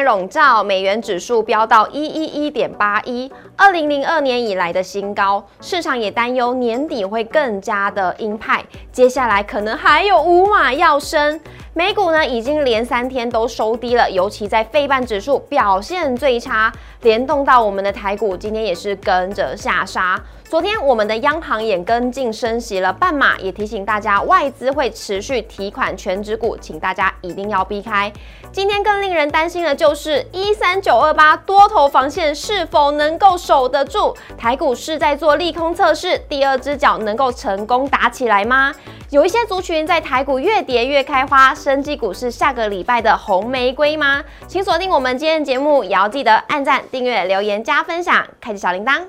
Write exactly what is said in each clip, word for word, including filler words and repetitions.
笼罩，美元指数飙到一一一点八一，二零零二年以来的新高。市场也担忧年底会更加的鹰派，接下来可能还有五码要升。美股呢已经连三天都收低了，尤其在费半指数表现最差，联动到我们的台股，今天也是跟着下杀。昨天我们的央行也跟进升息了半码，也提醒大家外资会持续提款全指股，请大家一定要避开。今天更令人担心的就是一三九二八多头防线是否能够守得住？台股是在做利空测试，第二只脚能够成功打起来吗？有一些族群在台股越跌越开花，生技股是下个礼拜的红玫瑰吗？请锁定我们今天的节目，也要记得按赞、订阅、留言、加分享，开启小铃铛。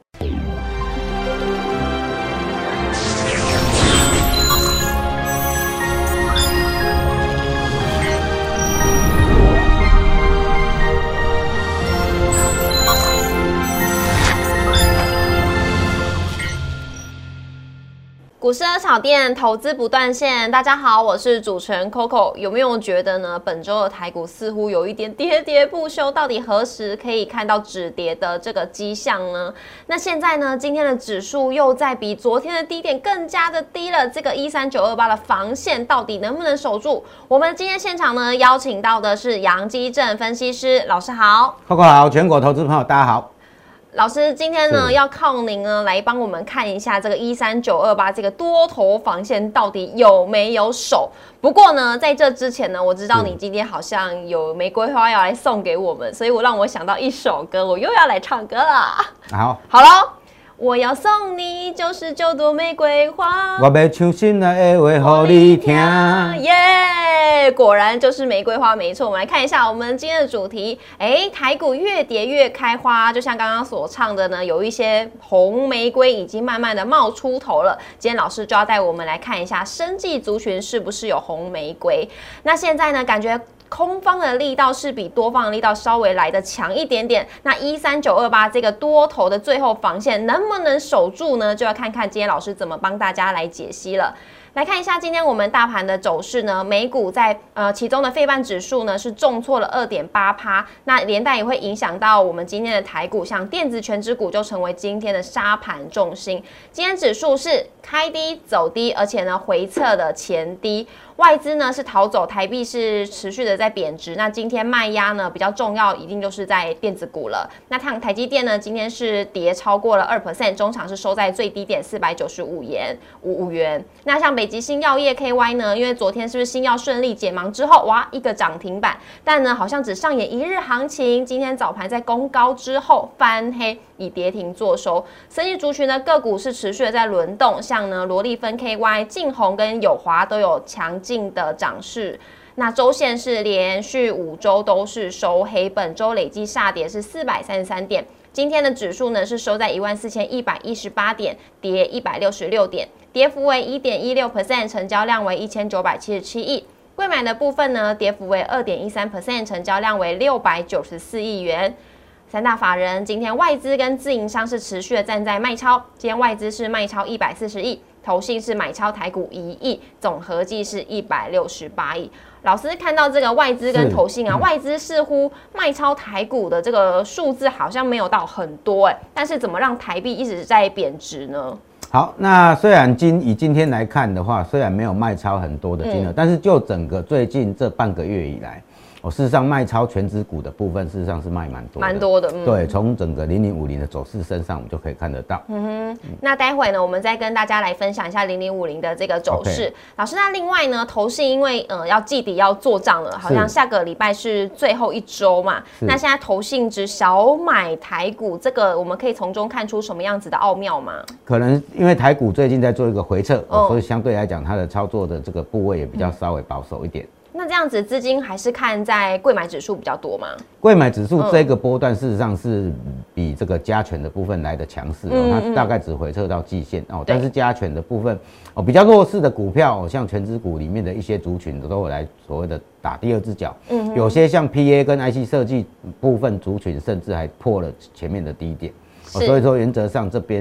股市的炒店，投资不断线。大家好，我是主持人 Coco。有没有觉得呢？本周的台股似乎有一点跌跌不休，到底何时可以看到止跌的这个迹象呢？那现在呢？今天的指数又在比昨天的低点更加的低了。这个一三九二八的防线到底能不能守住？我们今天现场呢邀请到的是杨基正分析师老师好 ，Coco 好，全国投资朋友大家好。 老师，今天呢要靠您呢来帮我们看一下这个一三九二八这个多头防线到底有没有守。不过呢，在这之前呢，我知道你今天好像有玫瑰花要来送给我们，所以我让我想到一首歌，我又要来唱歌了。 好， 好咯。我要送你九十九朵玫瑰花， 我要唱心内的话给你听。 耶，果然就是玫瑰花，没错。我们来看一下我们今天的主题。哎，台股越跌越开花，就像刚刚所唱的呢，有一些红玫瑰已经慢慢的冒出头了。今天老师就要带我们来看一下生技族群是不是有红玫瑰。那现在呢，感觉空方的力道是比多方的力道稍微来的强一点点。那一三九二八这个多头的最后防线能不能守住呢？就要看看今天老师怎么帮大家来解析了。来看一下今天我们大盘的走势呢，美股在呃其中的费半指数呢是重挫了 二点八趴， 那连带也会影响到我们今天的台股，像电子全指股就成为今天的杀盘重心。今天指数是开低走低，而且呢回测的前低。外资呢是逃走，台币是持续的在贬值。那今天卖压呢比较重要，一定就是在电子股了。那像台积电呢，今天是跌超过了 百分之二， 中场是收在最低点四百九十五元。那像北极星药业 K Y 呢，因为昨天是不是新药顺利解盲之后，哇，一个涨停板，但呢好像只上演一日行情。今天早盘在攻高之后翻黑，以跌停作收。生技族群的个股是持续的在轮动，像呢罗丽芬 K Y、晋宏跟友华都有强劲的涨势。那周线是连续五周都是收黑，本周累计下跌是四百三十三点。今天的指数呢是收在一万四千一百一十八点，跌一百六十六点，跌幅为 百分之一点一六， 成交量为一千九百七十七亿。柜买的部分呢，跌幅为 百分之二点一三， 成交量为六百九十四亿元。三大法人今天外资跟自营商是持续的站在卖超，今天外资是卖超一百四十亿，投信是买超台股一亿，总合计是一百六十八亿。老师看到这个外资跟投信啊，外资似乎卖超台股的这个数字好像没有到很多哎，但是怎么让台币一直在贬值呢？ 好，那虽然今以今天来看的话，虽然没有卖超很多的金额，嗯、但是就整个最近这半个月以来。哦，事实上卖超全指股的部分，事实上是卖蛮多的，蛮多的。嗯、对，从整个零零五零的走势身上，我们就可以看得到。嗯哼，嗯那待会呢，我们再跟大家来分享一下零零五零的这个走势。Okay. 老师，那另外呢，投信因为呃要季底要做账了，好像下个礼拜是最后一周嘛。那现在投信只小买台股，这个我们可以从中看出什么样子的奥妙吗？ 可能因为台股最近在做一个回撤，哦、所以相对来讲，它的操作的这个部位也比较稍微保守一点。嗯那这样子资金还是看在柜买指数比较多吗？ 柜买指数这个波段事实上是比这个加权的部分来的强势、嗯哦、它大概只回撤到季线哦，但是加权的部分哦比较弱势的股票、哦，像全指股里面的一些族群都有来所谓的打第二只脚，嗯，有些像 P A 跟 I C 设计部分族群甚至还破了前面的低点，哦、所以说原则上这边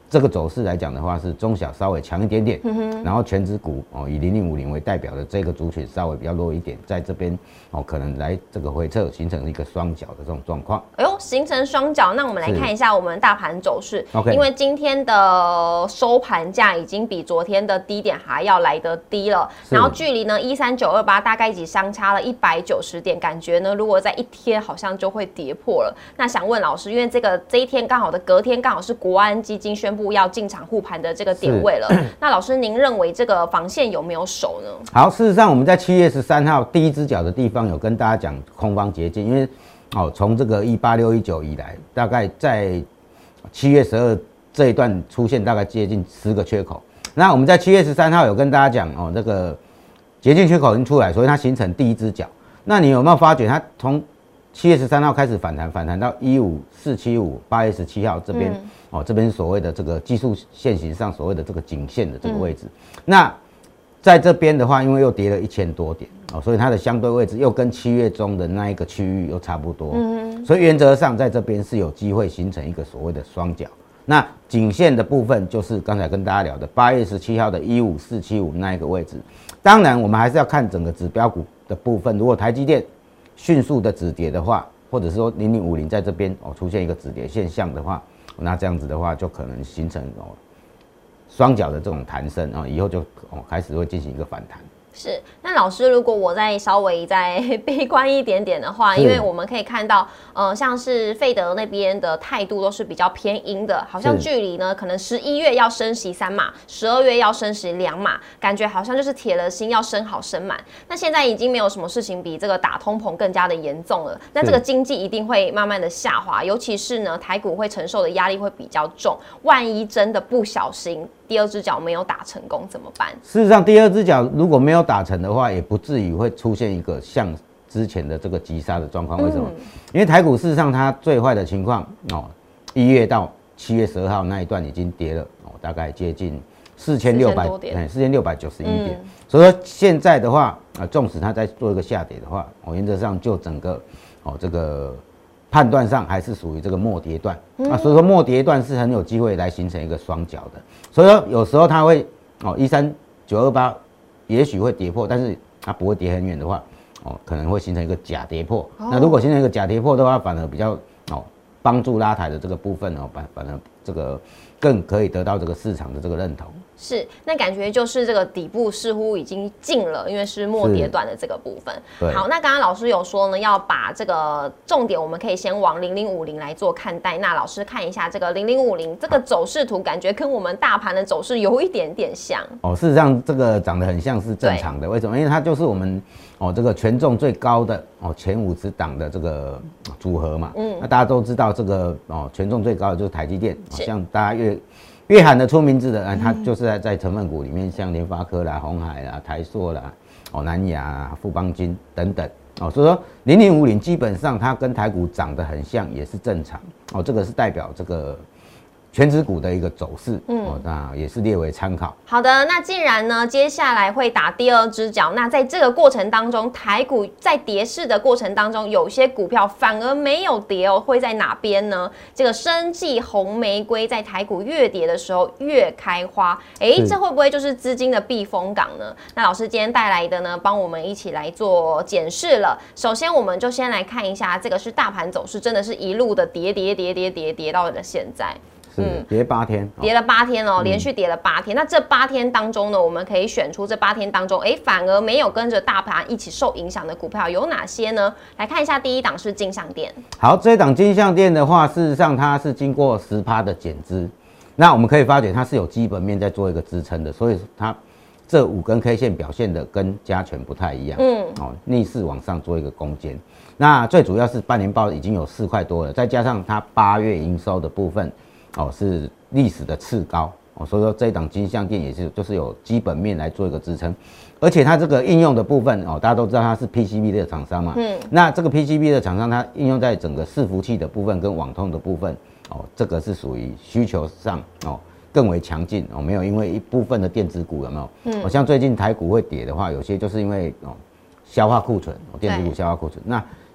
这个走势来讲的话，是中小稍微强一点点，嗯、然后全指股哦，以零零五零为代表的这个族群稍微比较弱一点，在这边哦，可能来这个回撤形成一个双脚的这种状况。 哎呦，形成双脚，那我们来看一下我们大盘走势。 OK， 因为今天的收盘价已经比昨天的低点还要来得低了，然后距离呢一三九二八大概已经相差了一百九十点，感觉呢如果在一天好像就会跌破了。那想问老师，因为这个这一天刚好的隔天刚好是国安基金宣布要进场护盘的这个点位了，那老师您认为这个防线有没有守呢？好， 事实上我们在七月十三号第一只脚的地方有跟大家讲空方捷径，因为哦从这个一八六一九以来，大概在七月十二这一段出现大概接近十个缺口。那我们在七月十三号有跟大家讲哦，这个捷径缺口已经出来，所以它形成第一只脚。那你有没有发觉它从七月十三号开始反弹，反弹到一五四七五八月十七号这边、嗯、哦，这边所谓的这个技术线型上所谓的这个颈线的这个位置。嗯、那在这边的话，因为又跌了一千多点哦，所以它的相对位置又跟七月中的那一个区域又差不多。嗯，所以原则上在这边是有机会形成一个所谓的双脚。那颈线的部分就是刚才跟大家聊的八月十七号的一五四七五那一个位置。当然，我们还是要看整个指标股的部分。如果台积电迅速的止跌的话，或者说零零五零在这边哦出现一个止跌现象的话，那这样子的话就可能形成哦双脚的这种弹升啊，以后就哦开始会进行一个反弹。 是，那老师，如果我再稍微再悲观一点点的话，因为我们可以看到，呃，像是费德那边的态度都是比较偏鹰的，好像距离呢，可能十一月要升息三码，十二月要升息两码，感觉好像就是铁了心要升好升满。那现在已经没有什么事情比这个打通膨更加的严重了，那这个经济一定会慢慢的下滑，尤其是呢，台股会承受的压力会比较重，万一真的不小心第二只脚没有打成功怎么办？ 事实上，第二只脚如果没有打成的话，也不至于会出现一个像之前的这个急杀的状况。为什么？嗯、因为台股事实上它最坏的情况哦，一月到七月十二号那一段已经跌了哦，大概接近四千六百点，四千六百九十一点。嗯、所以说现在的话啊，纵使它在做一个下跌的话，哦，原则上就整个哦这个判断上还是属于这个末跌段。嗯、啊，所以说末跌段是很有机会来形成一个双脚的。所以说有时候它会哦一三九二八。也许会跌破，但是它不会跌很远的话，哦，可能会形成一个假跌破。哦、那如果形成一个假跌破的话，反而比较哦帮助拉抬的这个部分哦，反反而这个更可以得到这个市场的这个认同。 是，那感觉就是这个底部似乎已经进了，因为是末跌段的这个部分。好，那刚刚老师有说呢，要把这个重点，我们可以先往零零五零来做看待。那老师看一下这个零零五零这个走势图，感觉跟我们大盘的走势有一点点像。 哦，事实上这个长得很像是正常的，为什么？因为它就是我们哦这个权重最高的哦前五十档的这个组合嘛。嗯，那大家都知道这个哦权重最高的就是台积电，哦、像大家越。越喊得出名字的，啊，它就是在在成分股里面，像联发科啦、鸿海啦、台塑啦、哦南亚啦、富邦金等等，哦，所以说零零五零基本上它跟台股长得很像，也是正常，哦，这个是代表这个全指股的一个走势，嗯，哦，那也是列为参考。 好的，那既然呢，接下来会打第二只脚，那在这个过程当中，台股在跌势的过程当中，有些股票反而没有跌哦，会在哪边呢？这个生技红玫瑰在台股越跌的时候越开花，哎，这会不会就是资金的避风港呢？那老师今天带来的呢，帮我们一起来做检视了。首先，我们就先来看一下，这个是大盘走势，真的是一路的跌跌跌跌跌跌到了现在。 嗯，跌八天， 跌了八天哦，连续跌了八天。嗯、那这八天当中呢，我们可以选出这八天当中，哎，反而没有跟着大盘一起受影响的股票有哪些呢？来看一下，第一档是金像电。 好，这一档金像电的话，事实上它是经过十趴的减资，那我们可以发觉它是有基本面在做一个支撑的，所以它这五根 K 线表现的跟加权不太一样，嗯，哦，逆势往上做一个攻坚。那最主要是半年报已经有四块多了，再加上它八月营收的部分。哦，是历史的次高哦，所以说这一档金像电也是就是有基本面来做一个支撑，而且它这个应用的部分哦，大家都知道它是 P C B 的厂商嘛，嗯，那这个 P C B 的厂商它应用在整个伺服器的部分跟网通的部分哦，这个是属于需求上哦更为强劲哦，没有因为一部分的电子股有没有？嗯，哦，像最近台股会跌的话，有些就是因为哦消化库存，哦，电子股消化库存，那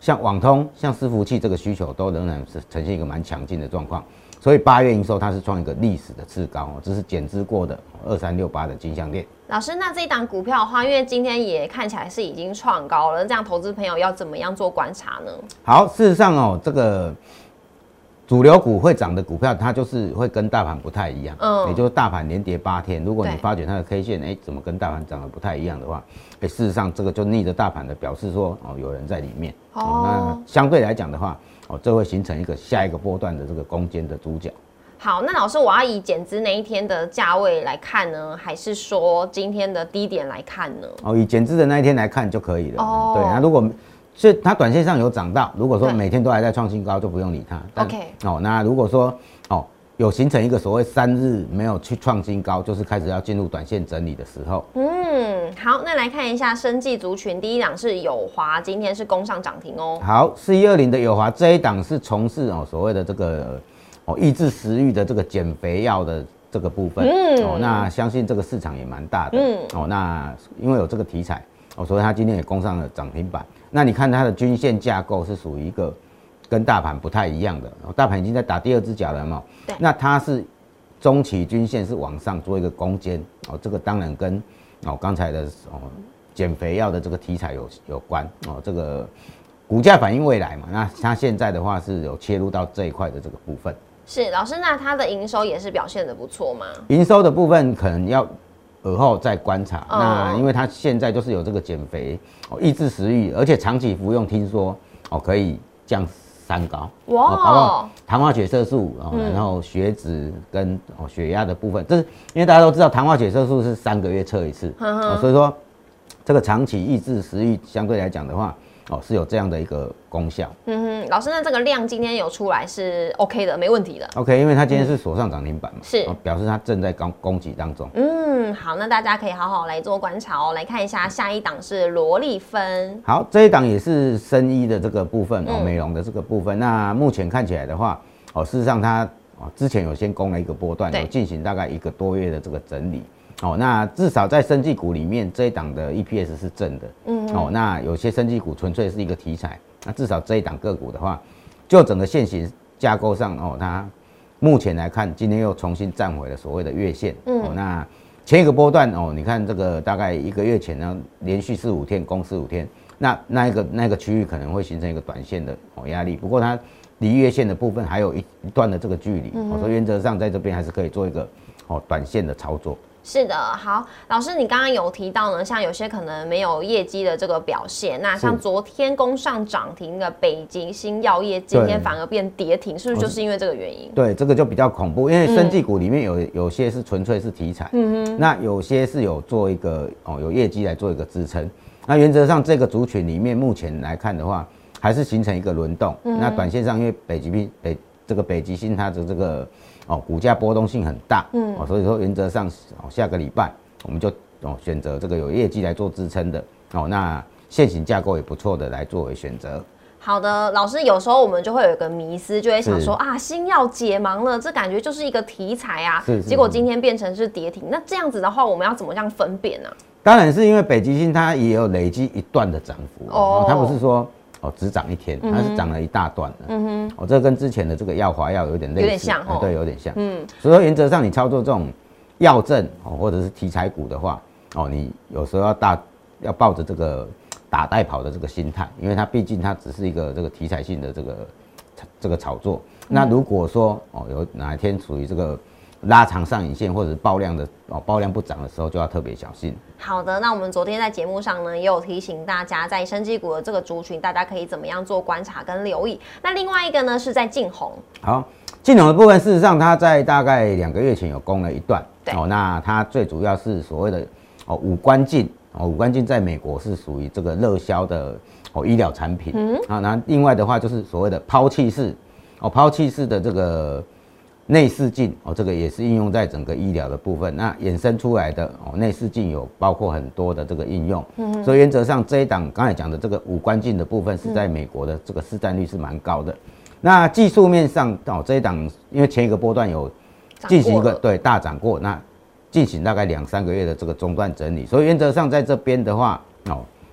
像网通、像伺服器这个需求都仍然是呈现一个蛮强劲的状况。所以八月营收它是创一个历史的次高哦，这是减资过的二三六八的金像电。 老师，那这一档股票的话，因为今天也看起来是已经创高了，这样投资朋友要怎么样做观察呢？ 好，事实上哦，这个主流股会涨的股票，它就是会跟大盘不太一样，嗯，也就是大盘连跌八天，如果你发觉它的 K 线，哎，怎么跟大盘涨得不太一样的话，哎，事实上这个就逆着大盘的，表示说哦有人在里面，哦，哦那相对来讲的话。哦，这会形成一个下一个波段的这个攻坚的主角。 好，那老师，我要以减资那一天的价位来看呢，还是说今天的低点来看呢？ 哦，以减资的那一天来看就可以了。哦，对，那如果是它短线上有涨到，如果说每天都还在创新高，就不用理它。 OK。 哦，那如果说哦有形成一个所谓三日没有去创新高，就是开始要进入短线整理的时候。 嗯，好，那来看一下生技族群，第一档是友华，今天是攻上涨停哦。 好，四一二零的友华这一档是从事哦所谓的这个哦抑制食欲的这个减肥药的这个部分。嗯，哦，那相信这个市场也蛮大的。嗯，哦，那因为有这个题材，哦，所以它今天也攻上了涨停板。那你看它的均线架构是属于一个跟大盘不太一样的，哦，大盘已经在打第二只脚了嘛。对，那它是中期均线是往上做一个攻坚，哦，这个当然跟哦刚才的哦减肥药的这个题材有有关哦，这个股价反映未来嘛，那它现在的话是有切入到这一块的这个部分。 是老师，那它的营收也是表现得不错吗？ 营收的部分可能要而后再观察，哦，那因为它现在就是有这个减肥哦抑制食欲，而且长期服用，听说哦可以降三高，哇，哦，包括糖化血色素，哦嗯，然后血脂跟哦血压的部分，这是因为大家都知道糖化血色素是三个月测一次，哦，所以说这个长期抑制食欲相对来讲的话，哦是有这样的一个功效。 嗯哼，老师，那这个量今天有出来是 OK 的，没问题的。 OK， 因为它今天是锁上涨停板嘛， 是， 哦，表示它正在攻攻击当中。 嗯，好，那大家可以好好来做观察哦。来看一下下一档是罗丽芬。 好，这一档也是生医的这个部分哦，美容的这个部分。那目前看起来的话，哦，事实上它哦之前有先攻了一个波段，有进行大概一个多月的这个整理。哦，那至少在生技股里面，这一档的 E P S 是正的。嗯，哦，那有些生技股纯粹是一个题材，那至少这一档个股的话，就整个线型架构上，哦，它目前来看，今天又重新站回了所谓的月线。嗯，哦，那前一个波段，哦，你看这个大概一个月前呢，连续四五天攻四五天，那那一个那个区域可能会形成一个短线的哦压力，不过它离月线的部分还有一一段的这个距离，嗯，哦，所以原则上在这边还是可以做一个哦短线的操作。 是的，好，老师，你刚刚有提到呢，像有些可能没有业绩的这个表现，那像昨天攻上涨停的北极星药业，今天反而变跌停，是不是就是因为这个原因？ 对，这个就比较恐怖，因为生技股里面有有些是纯粹是题材，嗯哼，那有些是有做一个哦有业绩来做一个支撑，那原则上这个族群里面目前来看的话，还是形成一个轮动，嗯，那短线上因为北极星北这个北极星它的这个哦，股价波动性很大，嗯，哦，所以说原则上，哦，下个礼拜我们就哦选择这个有业绩来做支撑的，哦，那现行架构也不错的来作为选择。 好的，老师，有时候我们就会有一个迷思，就会想说啊，新药解盲了，这感觉就是一个题材啊，结果今天变成是跌停，那这样子的话，我们要怎么样分辨呢？ 当然是因为北极星它也有累积一段的涨幅，哦，它不是说。哦，只涨一天，它是涨了一大段的。嗯哼，哦，这跟之前的这个药华药有点类似， 有点像哦， 对，有点像。嗯，所以说原则上你操作这种药证哦，或者是题材股的话，哦，你有时候要大要抱着这个打带跑的这个心态，因为它毕竟它只是一个这个题材性的这个这个炒作。那如果说哦有哪一天属于这个拉长上影线或者爆量的哦爆量不涨的时候，就要特别小心。 好的，那我们昨天在节目上呢，也有提醒大家，在生技股的这个族群，大家可以怎么样做观察跟留意。那另外一个呢，是在晋宏。 好，晋宏的部分，事实上它在大概两个月前有攻了一段。对。哦，那它最主要是所谓的哦五关镜哦，五关镜在美国是属于这个热销的哦医疗产品。嗯。啊，那另外的话就是所谓的抛弃式哦，抛弃式的这个。内视镜哦，这个也是应用在整个医疗的部分。那衍生出来的哦，内视镜有包括很多的这个应用。嗯，所以原则上这一档刚才讲的这个五关镜的部分是在美国的这个市占率是蛮高的。那技术面上哦，这一档因为前一个波段有进行一个对大涨过，那进行大概两三个月的这个中段整理，所以原则上在这边的话哦，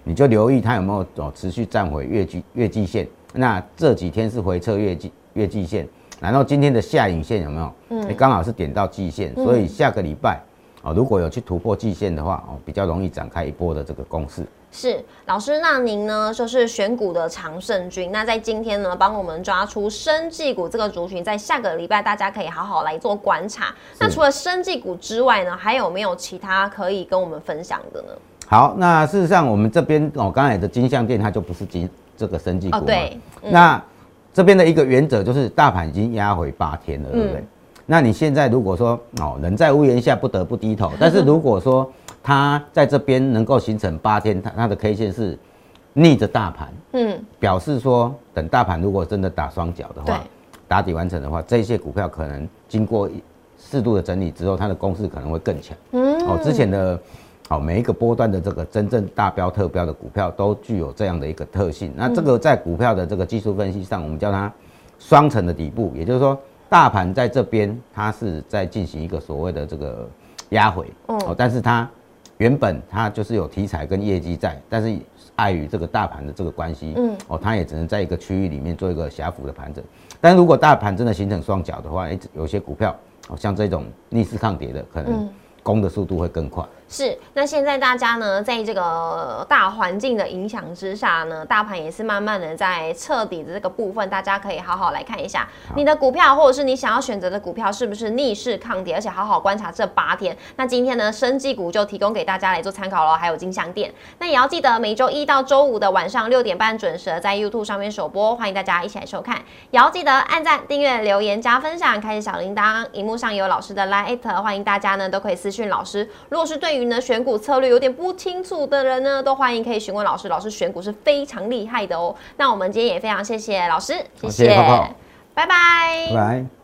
你就留意它有没有哦持续站回月季月季线。那这几天是回撤月季月季线，然后今天的下影线有没有？嗯，刚好是点到季线，所以下个礼拜哦，如果有去突破季线的话，哦，比较容易展开一波的这个攻势。 是老师，那您呢就是选股的常胜军。那在今天呢，帮我们抓出生技股这个族群，在下个礼拜大家可以好好来做观察。那除了生技股之外呢，还有没有其他可以跟我们分享的呢？ 好，那事实上我们这边哦，刚才的金像电它就不是金这个生技股嘛、哦。对、嗯。那这边的一个原则就是大盘已经压回八天了，对不对？嗯、那你现在如果说哦，人在屋檐下不得不低头，但是如果说它在这边能够形成八天，它它的 K 线是逆着大盘，嗯，表示说等大盘如果真的打双脚的话，打底完成的话，这些股票可能经过适度的整理之后，它的攻势可能会更强。嗯，哦，之前的哦每一个波段的这个真正大标特标的股票都具有这样的一个特性。那这个在股票的这个技术分析上，我们叫它双层的底部，也就是说大盘在这边它是在进行一个所谓的这个压回，哦，但是它原本它就是有题材跟业绩在，但是碍于这个大盘的这个关系，嗯，哦，它也只能在一个区域里面做一个狭幅的盘整。但如果大盘真的形成双脚的话，有些股票，哦，像这种逆势抗跌的，可能攻的速度会更快。 是，那现在大家呢，在这个大环境的影响之下呢，大盘也是慢慢的在彻底的这个部分，大家可以好好来看一下你的股票，或者是你想要选择的股票是不是逆势抗跌，而且好好观察这八天。那今天呢，生技股就提供给大家来做参考咯，还有金像电。那也要记得每周一到周五的晚上六点半准时在 YouTube 上面首播，欢迎大家一起来收看。也要记得按赞、订阅、留言、加分享，开启小铃铛。荧幕上有老师的 Line， 欢迎大家呢都可以私讯老师。如果是对于呢选股策略有点不清楚的人呢，都欢迎可以询问老师，老师选股是非常厉害的哦。那我们今天也非常谢谢老师，谢谢， 泡泡拜拜， 拜拜。